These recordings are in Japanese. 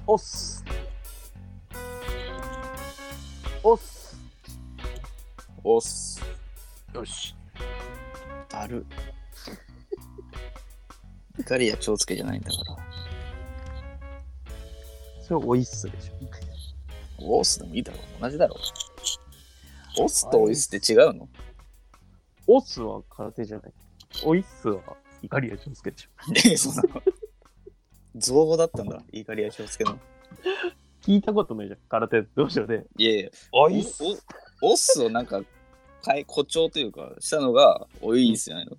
おっす。おっす。 おっす。 よし。 だる。イカリア長介じゃないんだから。 それおいっすでしょ。 オスでもいいだろう。同じだろう。オスとオイスって違うの？ おっすは空手じゃない。おいっすはイカリア長介でしょ。 そうなの。造語だったんだ。イカリア長介の。 聞いたことないじゃん。空手道場で。 いやいや。 おいっす。 オスをなんか誇張というかしたのがおいっすじゃないの？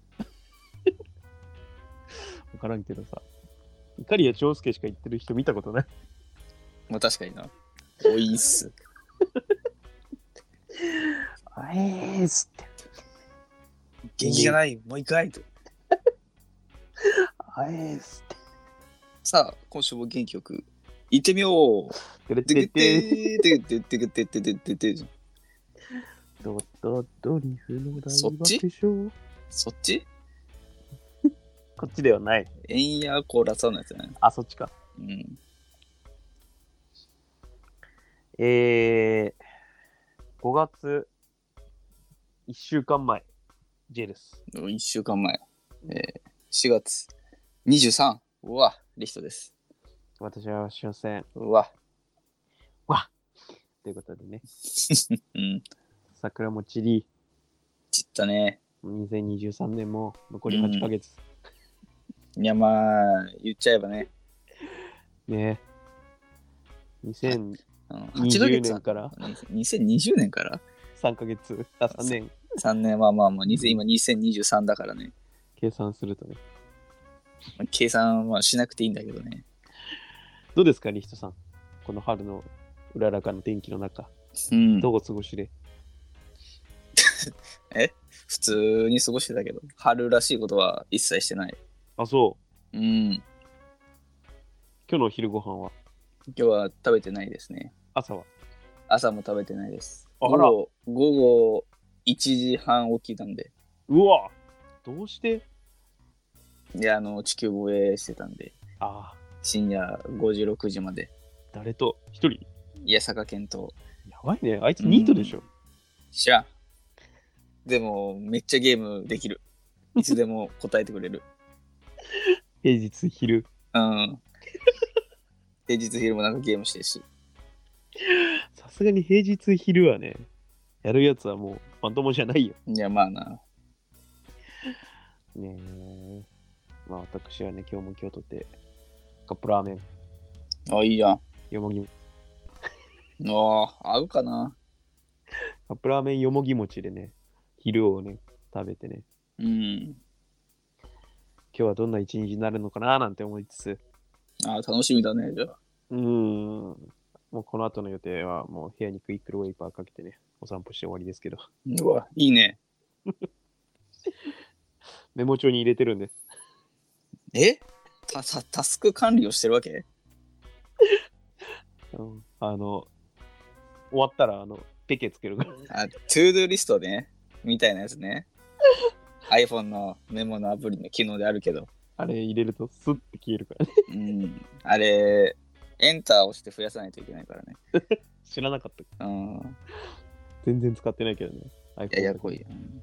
わからんけどさ。イカリア長介しか言ってる人見たことない。 まあ確かにな。おいっす。 っすって。 元気がない。もう一回と。 っすって。 さあ、今週も元気よく行ってみよう。 てれててドリフの大爆笑。 そっち？ こっちではない。 エンヤコーラサのやつね。 あ、そっちか。 うん。 5月1週間前、J です。 1週間前。4月23。うわ、リヒトです。 私は終戦。 うわ。 ということでね。 うん。 桜も散り、 散ったね。 2023年も残り8ヶ月。 いや、まあ、言っちゃえばね。 ねえ。2020 8ヶ月年から 2020年から 3ヶ月。あ、3年。 3年はまあ今2023だからね。 計算するとね。 計算はしなくていいんだけどね。 どうですか、リヒトさん。この春のうららかな天気の中。 うん。 どうお過ごしで？ 普通に過ごしてたけど、春らしいことは一切してない。 あ、そう。 うん。 今日のお昼ご飯は？ 今日は食べてないですね。 朝は？ 朝も食べてないです。 あら。 午後1時半起きたんで。 うわ、どうして？ いや、地球防衛してたんで。 ああ。 深夜5時、6時まで。 誰と？一人？ いや、坂健と。 やばいね。あいつニートでしょ。 知らん。でも、めっちゃゲームできる。いつでも答えてくれる。 平日昼。 うん。平日昼もなんかゲームしてるし。 さすがに平日昼はね、やるやつはもうまともじゃないよ。 いや、まあな。 ねえ。まあ私はね、今日も今日とってカップラーメン。 あ、いいやん。 よもぎ。 ああ、合うかな。 カップラーメンよもぎ餅でね、昼をね、食べてね、 うん。 今日はどんな一日になるのかななんて思いつつ、 ああ、楽しみだね、じゃあ。 もうこの後の予定はもう部屋にクイックルウェイパーかけてね、お散歩して終わりですけど。 うわ、いいね。 メモ帳に入れてるんです。 タスク管理をしてるわけ？ 終わったらペケつけるから。 あ、トゥードゥリストね。みたいなやつね。iPhone のメモのアプリの機能であるけど。 あれ入れるとスッて消えるからね。 うん。あれ、エンターを押して増やさないといけないからね。 知らなかった。 うん。 全然使ってないけどね。 いやこい。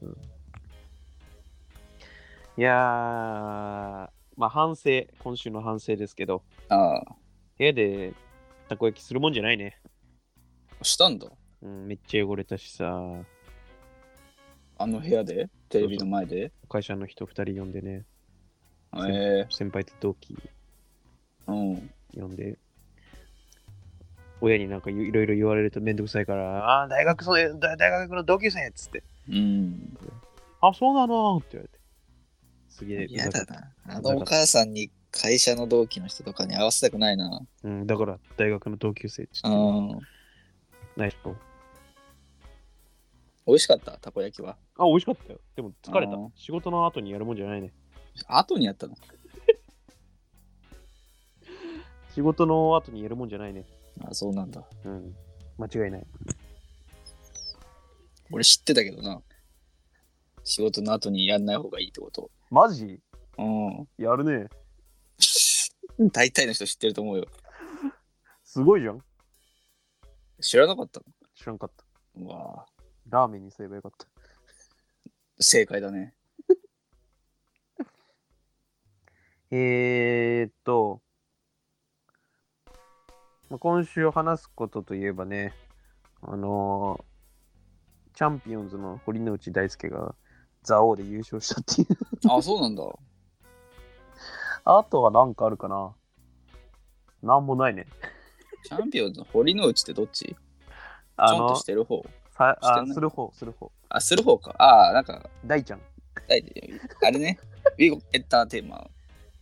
いやー、まあ反省、今週の反省ですけど、 ああ。 部屋でたこ焼きするもんじゃないね。 したんだ。 めっちゃ汚れたしさ。 あの部屋でテレビの前で会社の人2人呼んでね。先輩と同期呼んで。親になんかいろいろ言われるとめんどくさいから、大学の同級生っつって。あ、そうなのって言われて。すげえ。 嫌だな。お母さんに会社の同期の人とかに会わせたくないな。 だから大学の同級生って言って。ない人。 美味しかったたこ焼きは。 あ、美味しかったよ。でも疲れた。仕事の後にやるもんじゃないね。 後にやったの？ 仕事の後にやるもんじゃないね。 あ、そうなんだ。 間違いない。 俺知ってたけどな。仕事の後にやんない方がいいってこと。 マジ？ うん。 やるね。 大体の人知ってると思うよ。 すごいじゃん。 知らなかったの？ 知らんかった。 うわぁ。 ラーメンにすればよかった。 正解だね。 今週話すことといえばね、チャンピオンズの堀之内大輔がザオで優勝したっていう。 あ、そうなんだ。 あとはなんかあるかな。なんもないね。 チャンピオンズの堀之内ってどっち？ちょんとしてる方？ する方。 あ、する方か。ああ、なんか。 大ちゃん。 あれね。ウィゴエンターテインマー。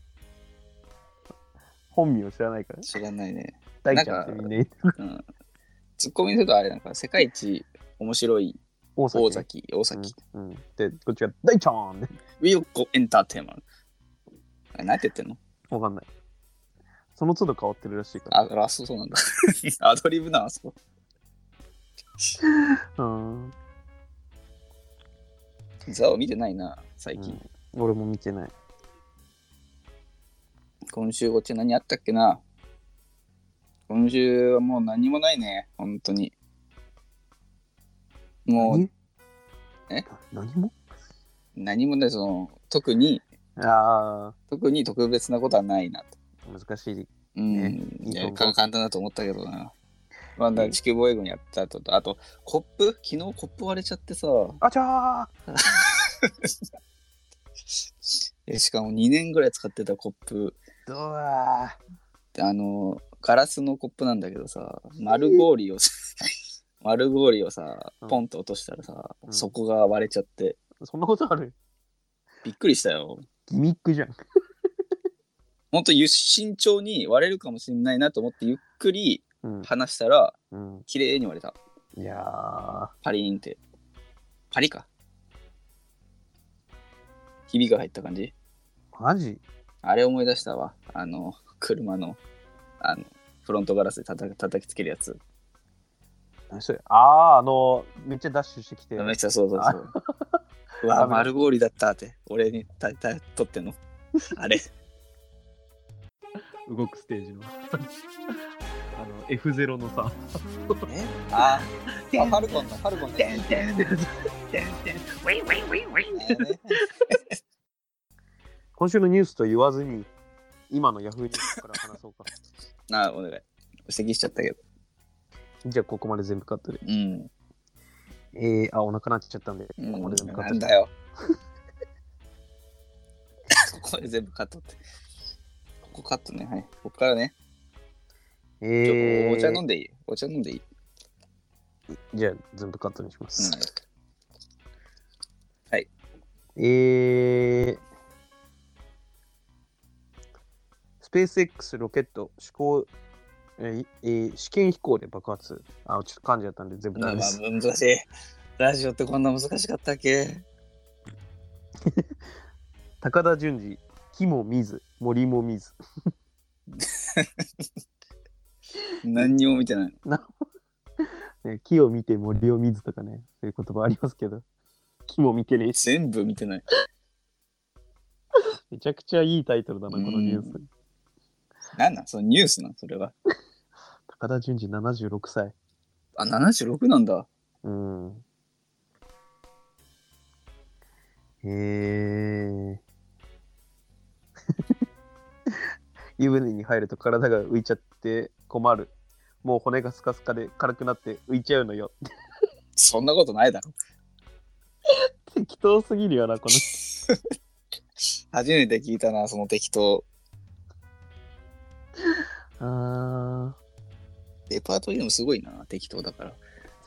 本名知らないから。 知らないね。 大ちゃんってみんな言ってる。 ツッコミするとあれなんか世界一面白い大崎。 で、こっちが大ちゃんね。 ウィゴエンターテインマー。何て言ってんの？ わかんない。その都度変わってるらしいから。 あ、そうなんだ。アドリブな、あそこ。ザオ見てないな、最近。 俺も見てない。 今週こっち何あったっけな。今週はもう何もないね、本当に。もう、何もない、特に特別なことはないなと。 難しい。 簡単だと思ったけどな。まだ地球防衛軍やった後と、あと、昨日コップ割れちゃってさ。 あちゃーしかも2年ぐらい使ってたコップ。ガラスのコップなんだけどさ、丸氷をさ、ポンと落としたらさ、底が割れちゃって。 そんなことある？ びっくりしたよ。 ギミックじゃん。 ほんと慎重に割れるかもしれないなと思ってゆっくり離したら、綺麗に割れた。 いやー。 パリーンって。パリか。ひびが入った感じ？ マジ？ あれ思い出したわ。車の、フロントガラスで叩きつけるやつ。 何それ？めっちゃダッシュしてきて。 めっちゃそう。うわ、丸氷だったって。俺に撮ってんの。あれ。 動くステージの。F0 のさ。 ファルコンの。 今週のニュースと言わずに、今のヤフーニュースから話そうか。 お願い。指摘しちゃったけど。 じゃあ、ここまで全部カットで。お腹なっちゃったんで、ここまで全部カット。 なんだよ。ここで全部カットって。ここカットね。はい。ここからね。お茶飲んでいい？ じゃあ、全部カットにします。 はい。 スペース X ロケット試験飛行で爆発。ちょっと噛んじゃったんで全部ダメです。 難しい。ラジオってこんな難しかったっけ？ 高田純次、木も見ず、森も見ず。 何にも見てないね、木を見て森を見ずとかね、そういう言葉ありますけど、木も見てね。 全部見てない。 めちゃくちゃいいタイトルだな、このニュース。 そのニュースそれは。 高田純次76歳。 あ、76なんだ。湯船に入ると体が浮いちゃって困る。もう骨がスカスカで軽くなって浮いちゃうのよ。そんなことないだろ。 適当すぎるよな、この人。 初めて聞いたな、その適当。レパートリーもすごいな、適当だから。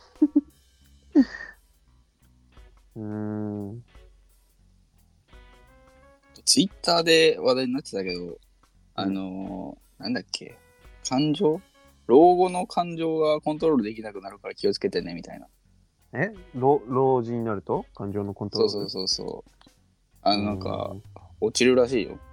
ツイッターで話題になってたけど、なんだっけ、老後の感情がコントロールできなくなるから気をつけてねみたいな。 老人になると感情のコントロール？ そう。なんか落ちるらしいよ。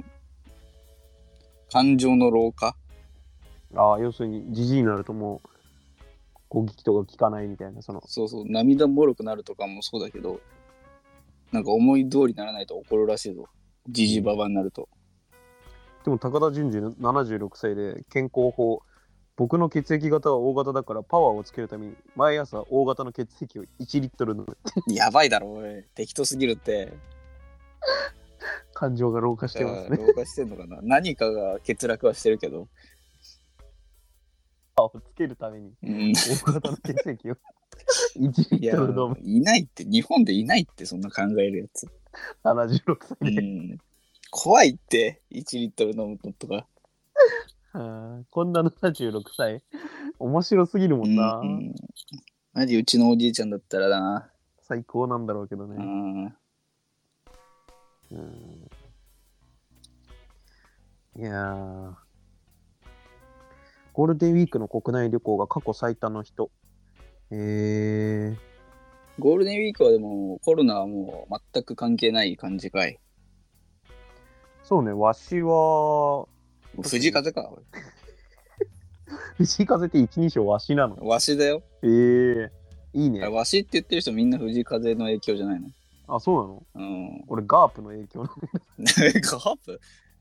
感情の老化。 要するにじじいになるともう攻撃とか効かないみたいな。そう涙もろくなるとかもそうだけど、なんか思い通りにならないと怒るらしいぞ。じじばばになると。 でも高田純次76歳で健康法僕の血液型は O 型だからパワーをつけるために毎朝 O 型の血液を1リットル飲む。 やばいだろ、俺。適当すぎるって。 感情が老化してますね。 老化してんのかな。何かが欠落はしてるけど。 パワーをつけるために O 型の血液を1リットル飲む。 いないって、日本でいないって、そんな考えるやつ。 76歳で。 怖いって、1リットル飲むのとか。 こんな76歳面白すぎるもんな。 マジうちのおじいちゃんだったらな。 最高なんだろうけどね。いやー、ゴールデンウィークの国内旅行が過去最多の人。ゴールデンウィークはでもコロナはもう全く関係ない感じかい。 そうね、わしは藤風か。 藤風って一人称わしなの？ わしだよ。 いいね。 わしって言ってる人みんな藤風の影響じゃないの？ あ、そうなの？俺ガープの影響なの。 ガープ？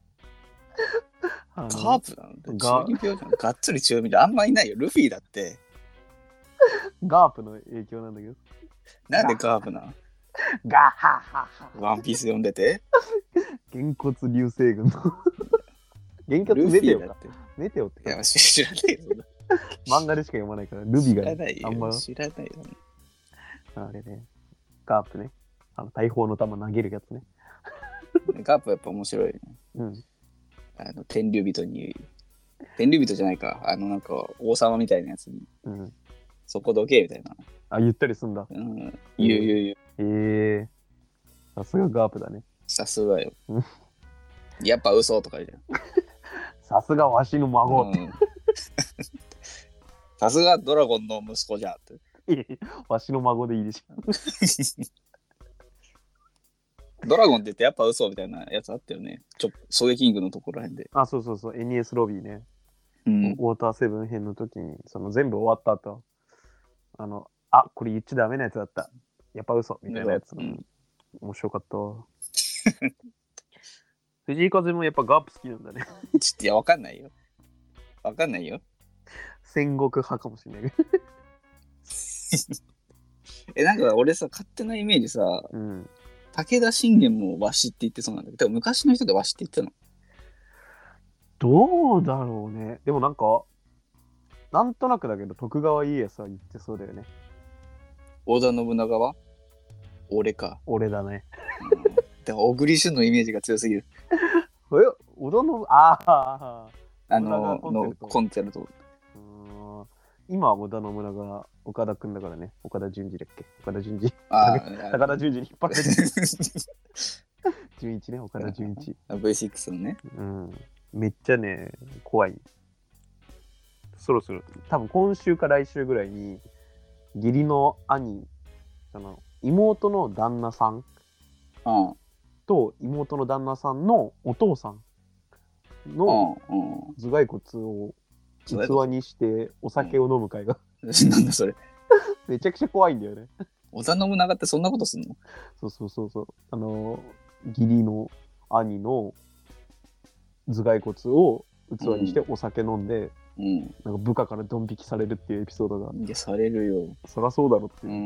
ガープなの？中二病じゃん。がっつり中二病。あんまいないよ。ルフィだって。 ガープの影響なんだけど。 なんでガープなの？ ガハハハ。 ワンピース読んでて？ げんこつ流星群の。げんこつメテオか。メテオって。 いや、知らないよ。 漫画でしか読まないから、ルビが、 知らないよ。あんま知らないよ。 あれね。ガープね。大砲の弾投げるやつね。 ガープやっぱ面白いね。天竜人に、天竜人じゃないか。なんか王様みたいなやつに、そこどけみたいな。 言ったりすんだ。 言う。 さすがガープだね。 さすがよ。やっぱ嘘とか言うじゃん。 さすがわしの孫。 さすがドラゴンの息子じゃんって。 わしの孫でいいでしょ。 ドラゴンって言ってやっぱ嘘みたいなやつあったよね。ソゲキングのところらへんで。 あ、そう。NES ロビーね。ウォーターセブン編の時に、全部終わった後、これ言っちゃダメなやつだった。やっぱ嘘みたいなやつ。面白かった。藤井風もやっぱガープ好きなんだね。 いや、わかんないよ。 戦国派かもしれないけど。 なんか俺さ、勝手なイメージさ、武田信玄もわしって言ってそうなんだけど、昔の人でわしって言ってたの？ どうだろうね。でもなんとなくだけど、徳川家康は言ってそうだよね。 織田信長は俺か。 俺だね。 でも小栗旬のイメージが強すぎる。 織田信コンチェルト。 今は織田信長、岡田くんだからね。岡田准二だっけ？岡田准二。高田准二に引っ張られてる。准一ね、岡田准一。 V6 のね。 めっちゃね、怖い。そろそろ、多分今週か来週ぐらいに、義理の兄、妹の旦那さんと妹の旦那さんのお父さんの頭蓋骨を器にしてお酒を飲む会がなんだそれ。 めちゃくちゃ怖いんだよね。 織田信長ってそんなことすんの？ そう義理の兄の頭蓋骨を器にしてお酒飲んで、なんか部下からドン引きされるっていうエピソードが。 いや、されるよ。 そりゃそうだろっていう。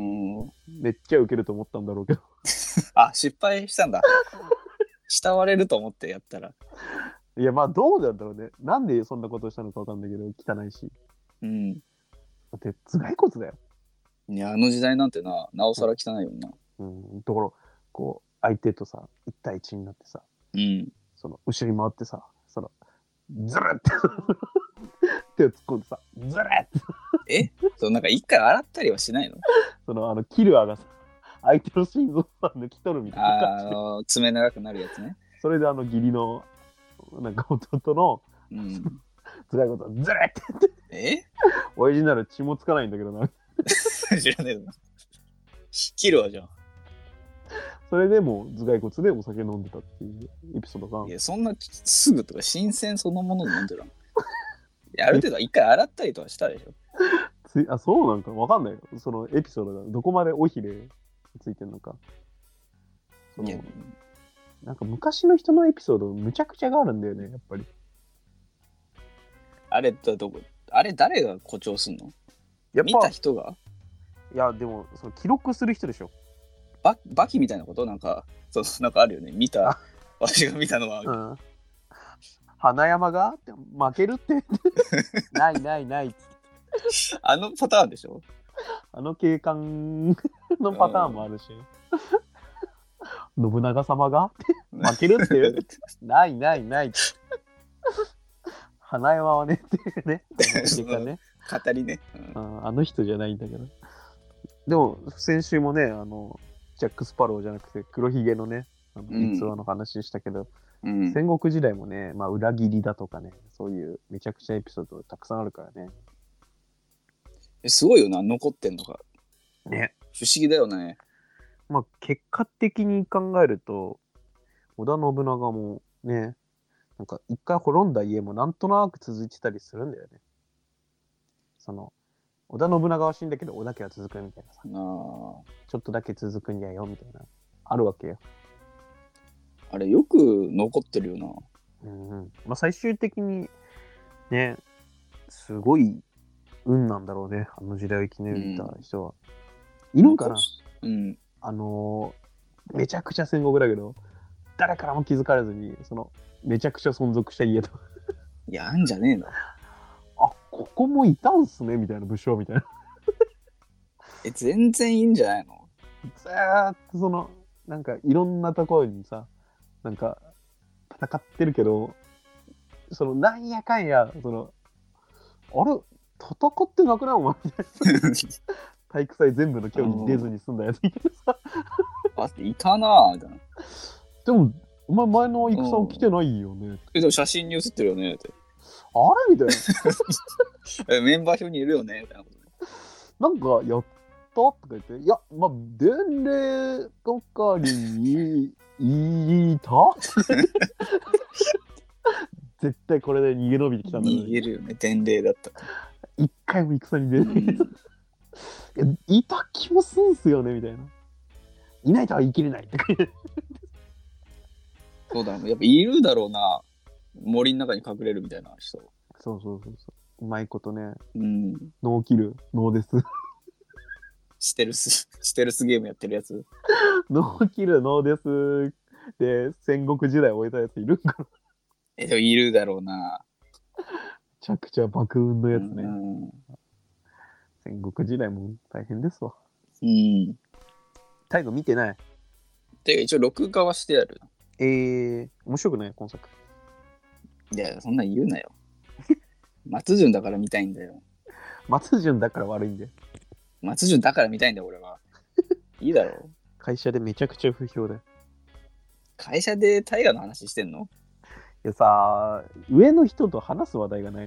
めっちゃウケると思ったんだろうけど。 あ、失敗したんだ。慕われると思ってやったら。 いや、まあどうなんだろうね。なんでそんなことしたのかわかんないけど、汚いし。だって頭蓋骨だよ。 いや、あの時代なんてなおさら汚いよな。 だから、こう、相手とさ、1対1になってさ、後ろに回ってさ、ズルって手を突っ込んでさ、ズルってなんか一回洗ったりはしないの？キルアがさ、相手の心臓を抜き取るみたいな感じ。爪長くなるやつね。 それで義理のなんか弟の頭蓋骨をズルってオリジナル血もつかないんだけどな。 知らねえな。キルアじゃん。 それでも頭蓋骨でお酒飲んでたっていうエピソードが。 いや、そんなすぐとか新鮮そのもので飲んでるの？ある程度一回洗ったりとかしたでしょ。 そうなんかわかんないよ。そのエピソードがどこまで尾ひれついてるのか。なんか昔の人のエピソードむちゃくちゃがあるんだよね、やっぱり。 あれだとあれ誰が誇張すんの？ やっ見たぱ、 人がいや、でも、その記録する人でしょ。 バキみたいなことなんか、なんかあるよね。私が見たのは。 うん。花山がって負けるってないないない。 あのパターンでしょ？ あの警官のパターンもあるし。信長様が負けるってないないない。花山はねってね。結果ね。 語りね、 あの人じゃないんだけど。でも、先週もね、ジャック・スパローじゃなくて黒ひげのね、逸話の話したけど、戦国時代もね、まあ、裏切りだとかね、そういうめちゃくちゃエピソードたくさんあるからね。 すごいよな、残ってんのが。 ね。 不思議だよね。 まあ、結果的に考えると、織田信長もね、なんか一回滅んだ家もなんとなく続いてたりするんだよね。織田信長は死んだけど織田家は続くみたいなさ。ちょっとだけ続くんやよみたいな。あるわけよ。 あれよく残ってるよな。 まあ最終的にね、すごい運なんだろうね。あの時代を生き抜いた人は。いるんかな？めちゃくちゃ戦国だけど、誰からも気づかれずに、めちゃくちゃ存続した家と。 いや、あんじゃねえの。 あ、ここもいたんすねみたいな武将みたいな。 全然いいんじゃないの？ ずーっとなんかいろんなところにさ、なんか戦ってるけど、なんやかんや、あれ、戦ってなくないお前みたいな。体育祭全部の競技出ずに済んだやつみたいなさ。 いたなぁみたいな。 でも、お前前の戦来てないよね。 でも写真に写ってるよねって。 あれみたいな。メンバー表にいるよねみたいなこと。 なんか、やったとか言って、いや、まあ、伝令係にいた絶対これで逃げ延びてきたんだろうね。 逃げるよね、伝令だった。 一回も戦に出ない。いた気もすんすよね、みたいな。いないとは言い切れないって書いて。 そうだ、やっぱいるだろうな。森の中に隠れるみたいな人。 そう。うまいことね。 ノーキル、ノーデス。 ステルスゲームやってるやつ。 ノーキル、ノーデスで戦国時代を終えたやついるんかな？ でもいるだろうな。 めちゃくちゃ爆運のやつね。戦国時代も大変ですわ。大河見てない？ てか一応録画はしてある。 面白くない今作？ いや、そんなん言うなよ。松潤だから見たいんだよ。 松潤だから悪いんだよ。 松潤だから見たいんだよ、俺は。いいだろ。 会社でめちゃくちゃ不評だよ。 会社で大河の話してんの？ いやさ、上の人と話す話題がない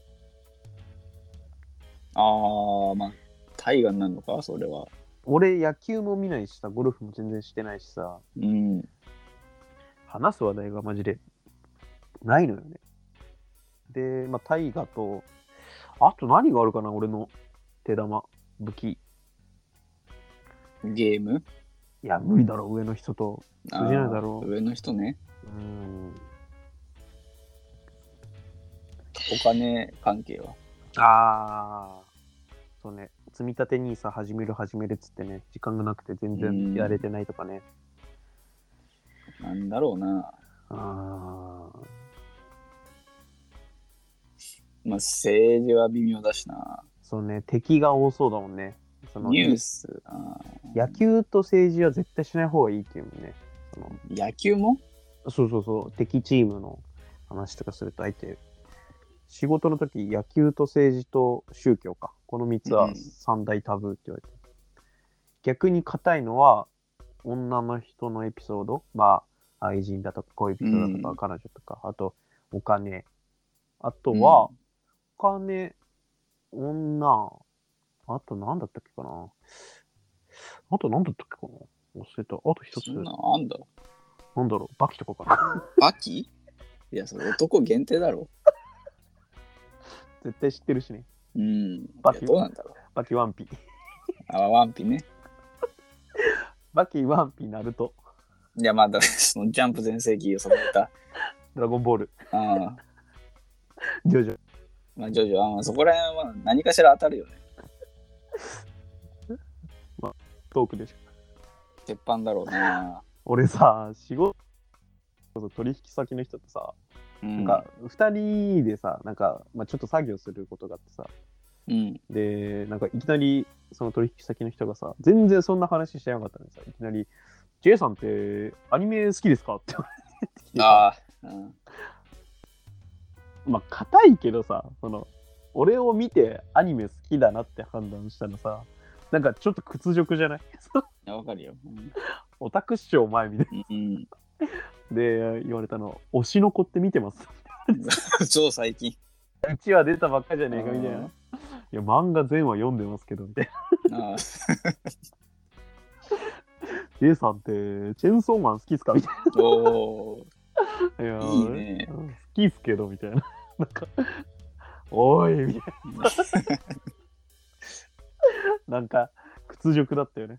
の。まあ、大河になるのか、それは。 俺、野球も見ないしさ、ゴルフも全然してないしさ、話す話題がマジでないのよね。で、まあ、大河と、あと何があるかな、俺の手玉、武器。 ゲーム？ いや、無理だろ、上の人と。通じないだろう。 上の人ね。お金関係は？ そうね。積み立て NISA 始めるっつってね、時間がなくて全然やれてないとかね。 なんだろうな。まあ、政治は微妙だしな。 そうね、敵が多そうだもんね。 ニュース。 野球と政治は絶対しない方がいいっていうもんね。 野球も？ そう。敵チームの話とかすると相手、仕事の時野球と政治と宗教か。この3つは三大タブーって言われてる。逆に硬いのは女の人のエピソード。まあ、愛人だとか恋人だとか彼女とか、あとお金。あとは、お金、女、あと何だったっけかな。忘れた。あと一つ。 なんだろう。バキとかかな。 バキ？いや、それ男限定だろ。 絶対知ってるしね。 バキどうなんだろう。 バキワンピ。 ワンピね。 バキワンピナルト。 いや、まだそのジャンプ全盛期を支えた。 ドラゴンボール。ジョジョ。 まあ、ジョジョ、そこら辺は何かしら当たるよね。 まあ、トークでしょ。 鉄板だろうな。 俺さ、仕事、取引先の人とさ、なんか2人でさ、なんか、まあ、ちょっと作業することがあってさ、で、なんかいきなりその取引先の人がさ、全然そんな話してなかったのにさ、いきなり、J さんってアニメ好きですかって言われてきてさ、まあ、硬いけどさ、俺を見てアニメ好きだなって判断したらさ、なんかちょっと屈辱じゃない？ わかるよ。 オタクっしょお前みたいな。で、言われたの、推しの子って見てます？ 超最近。 1話出たばっかじゃねえかみたいな。いや、漫画全話読んでますけど、みたいな。J さんって、チェンソーマン好きっすかみたいな。いやいいね。 好きっすけど、みたいな。なんか、おい、みたいな。なんか、屈辱だったよね。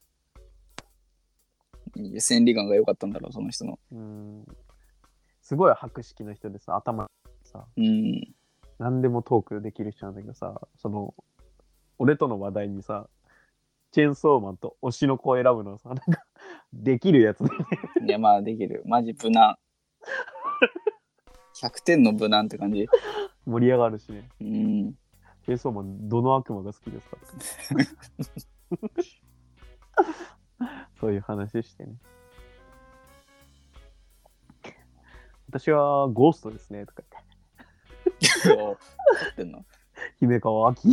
いや、千里眼が良かったんだろう、その人の。 すごい博識な人でさ、頭さ、何でもトークできる人なんだけどさ、俺との話題にさ、チェーンソーマンと推しの子を選ぶのはさ、なんか、できるやつで、ね。 いや、まあ、できる。マジ無難。100点の無難って感じ。 盛り上がるしね。チェーンソーマン、どの悪魔が好きですか？そういう話してね。私はゴーストですね、とか言って。分かってんの？ 姫川明。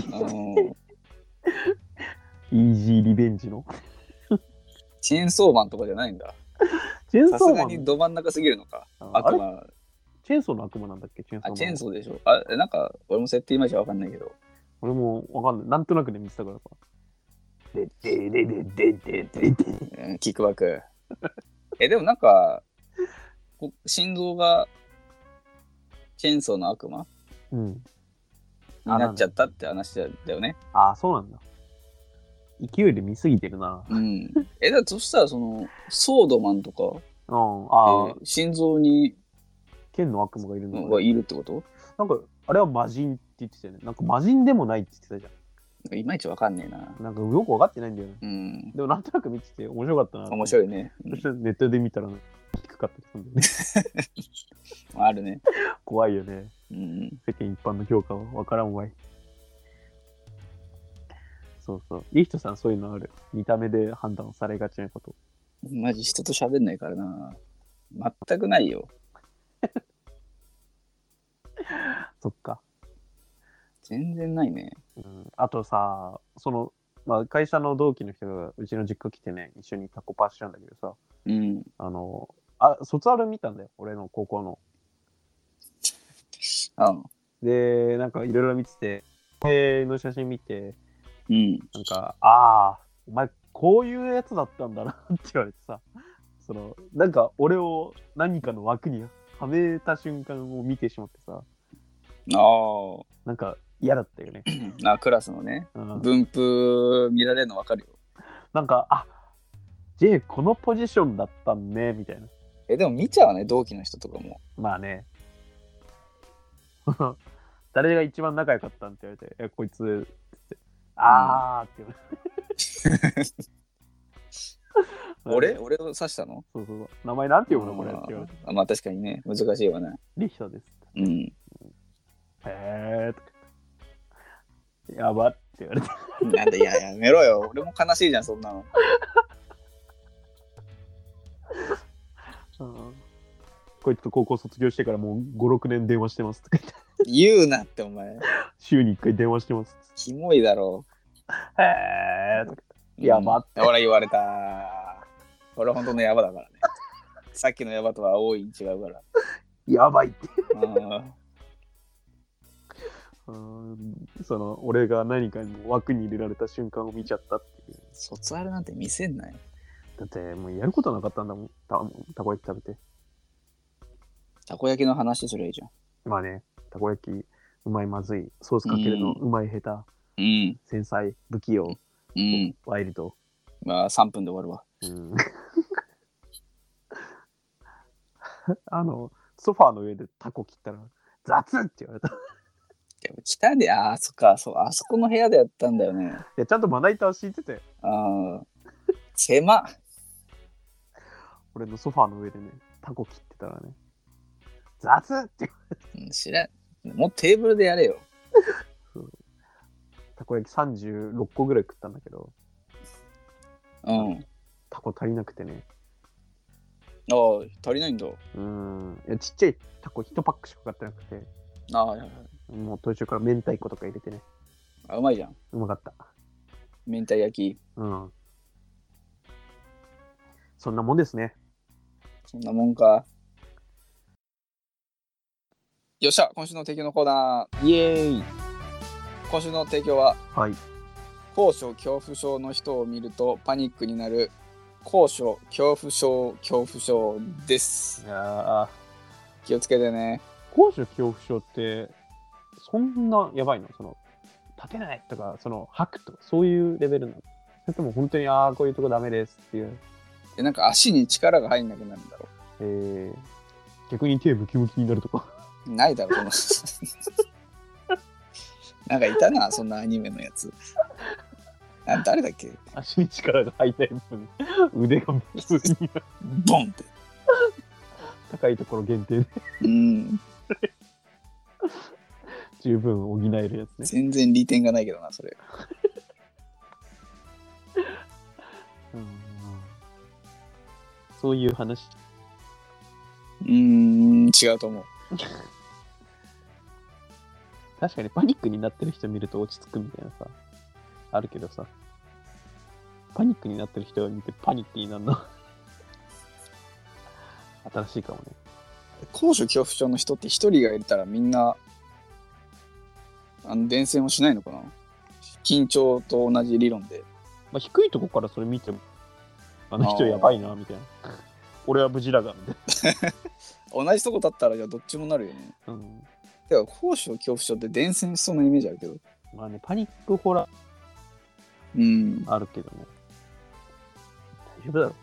イージーリベンジの。 チェーンソーマンとかじゃないんだ。 チェーンソーマン。 さすがにど真ん中すぎるのか。悪魔。 チェーンソーの悪魔なんだっけ？チェーンソーマン。 チェーンソーでしょ。なんか、俺も設定イマージわかんないけど。 俺もわかんない。なんとなくで見てたからさ。 キックバック。でもなんか、心臓がチェーンソーの悪魔になっちゃったって話だよね。 そうなんだ。勢いで見すぎてるな。 だとしたら、ソードマンとか、心臓に剣の悪魔がいるのがいるってこと？ なんか、あれは魔人って言ってたよね。なんか魔人でもないって言ってたじゃん。 いまいちわかんねえな。 なんかよくわかってないんだよね。でもなんとなく見てて面白かったな。 面白いね。 そしてネットで見たら低かったりするんだよね。 あるね。 怖いよね。世間一般の評価はわからんわい。そうそう。いい人さんそういうのある。見た目で判断されがちなこと。 マジ人と喋んないからな。全くないよ。 そっか。 全然ないね。 あとさ、会社の同期の人がうちの実家来てね、一緒にタコパしたんだけどさ、卒アル見たんだよ、俺の高校の。で、なんかいろいろ見てて、の写真見て、なんか、お前こういうやつだったんだなって言われてさ、なんか俺を何かの枠にはめた瞬間を見てしまってさ、なんか嫌だったよね。 クラスのね、分布見られるの分かるよ。 なんか、J このポジションだったんね、みたいな。 でも見ちゃうね、同期の人とかも。 まあね。誰が一番仲良かったんって言われて、こいつ、って。って言われて。 俺を指したの？ そう。名前なんて読むのこれって言われて。 まあ確かにね、難しいわね。 リヒトです。やばって言われて。 なんだ、やめろよ。俺も悲しいじゃん、そんなの。 こいつと高校卒業してからもう5、6年電話してますとか言うなってお前。 週に1回電話してます。 キモいだろ。 やばって。 ほら言われた。これは本当のやばだからね。さっきのやばとは大いに違うから。 やばいって。俺が何かに枠に入れられた瞬間を見ちゃったっていう。 卒アルなんて見せんなよ。 だってもうやることなかったんだもん。たこ焼き食べて。 たこ焼きの話すりゃいいじゃん。 まあね、たこ焼きうまいまずい、ソースかけるのうまい下手、繊細、不器用、ワイルド。 まあ3分で終わるわ。 ソファーの上でタコ切ったら雑って言われた。 来たで、そっか、そう、あそこの部屋でやったんだよね。 いや、ちゃんとまな板は敷いてて。 狭っ。 俺のソファーの上でね、タコ切ってたらね、雑って知らん。もうテーブルでやれよ。 たこ焼き36個ぐらい食ったんだけど、タコ足りなくてね。 足りないんだ。 いや、ちっちゃいタコ1パックしか買ってなくて。 はいはい。 もう途中から明太子とか入れてね。 うまいじゃん。 うまかった。 明太焼き。 そんなもんですね。 そんなもんか。よっしゃ、今週の提供のコーナー。イエーイ。 今週の提供は、 はい。 高所恐怖症の人を見るとパニックになる高所恐怖症です。 いや気をつけてね。 高所恐怖症ってそんなやばいの？その立てないとか、その吐くとかそういうレベルなの？それとも本当にこういうとこダメですっていう。 なんか足に力が入んなくなるんだろう。逆に手ムキムキになるとか。 ないだろうなんかいたな、そんなアニメのやつ。誰だっけ？ 足に力が入ったやつ、腕が普通にボンって高いところ限定で十分補えるやつね。 全然利点がないけどな、それ。 そういう話。 違うと思う。 確かにパニックになってる人見ると落ち着くみたいなさ、あるけどさ、パニックになってる人を見てパニックになるの新しいかもね。 高所恐怖症の人って一人がいたらみんな伝染をしないのかな？緊張と同じ理論で。 低いとこからそれ見てもあの人やばいなみたいな俺は無事だがみたいな同じとこ立ったらじゃあどっちもなるよね。てか高所恐怖症って伝染しそうなイメージあるけど。 まあね、パニックホラーあるけどね。大丈夫だろ。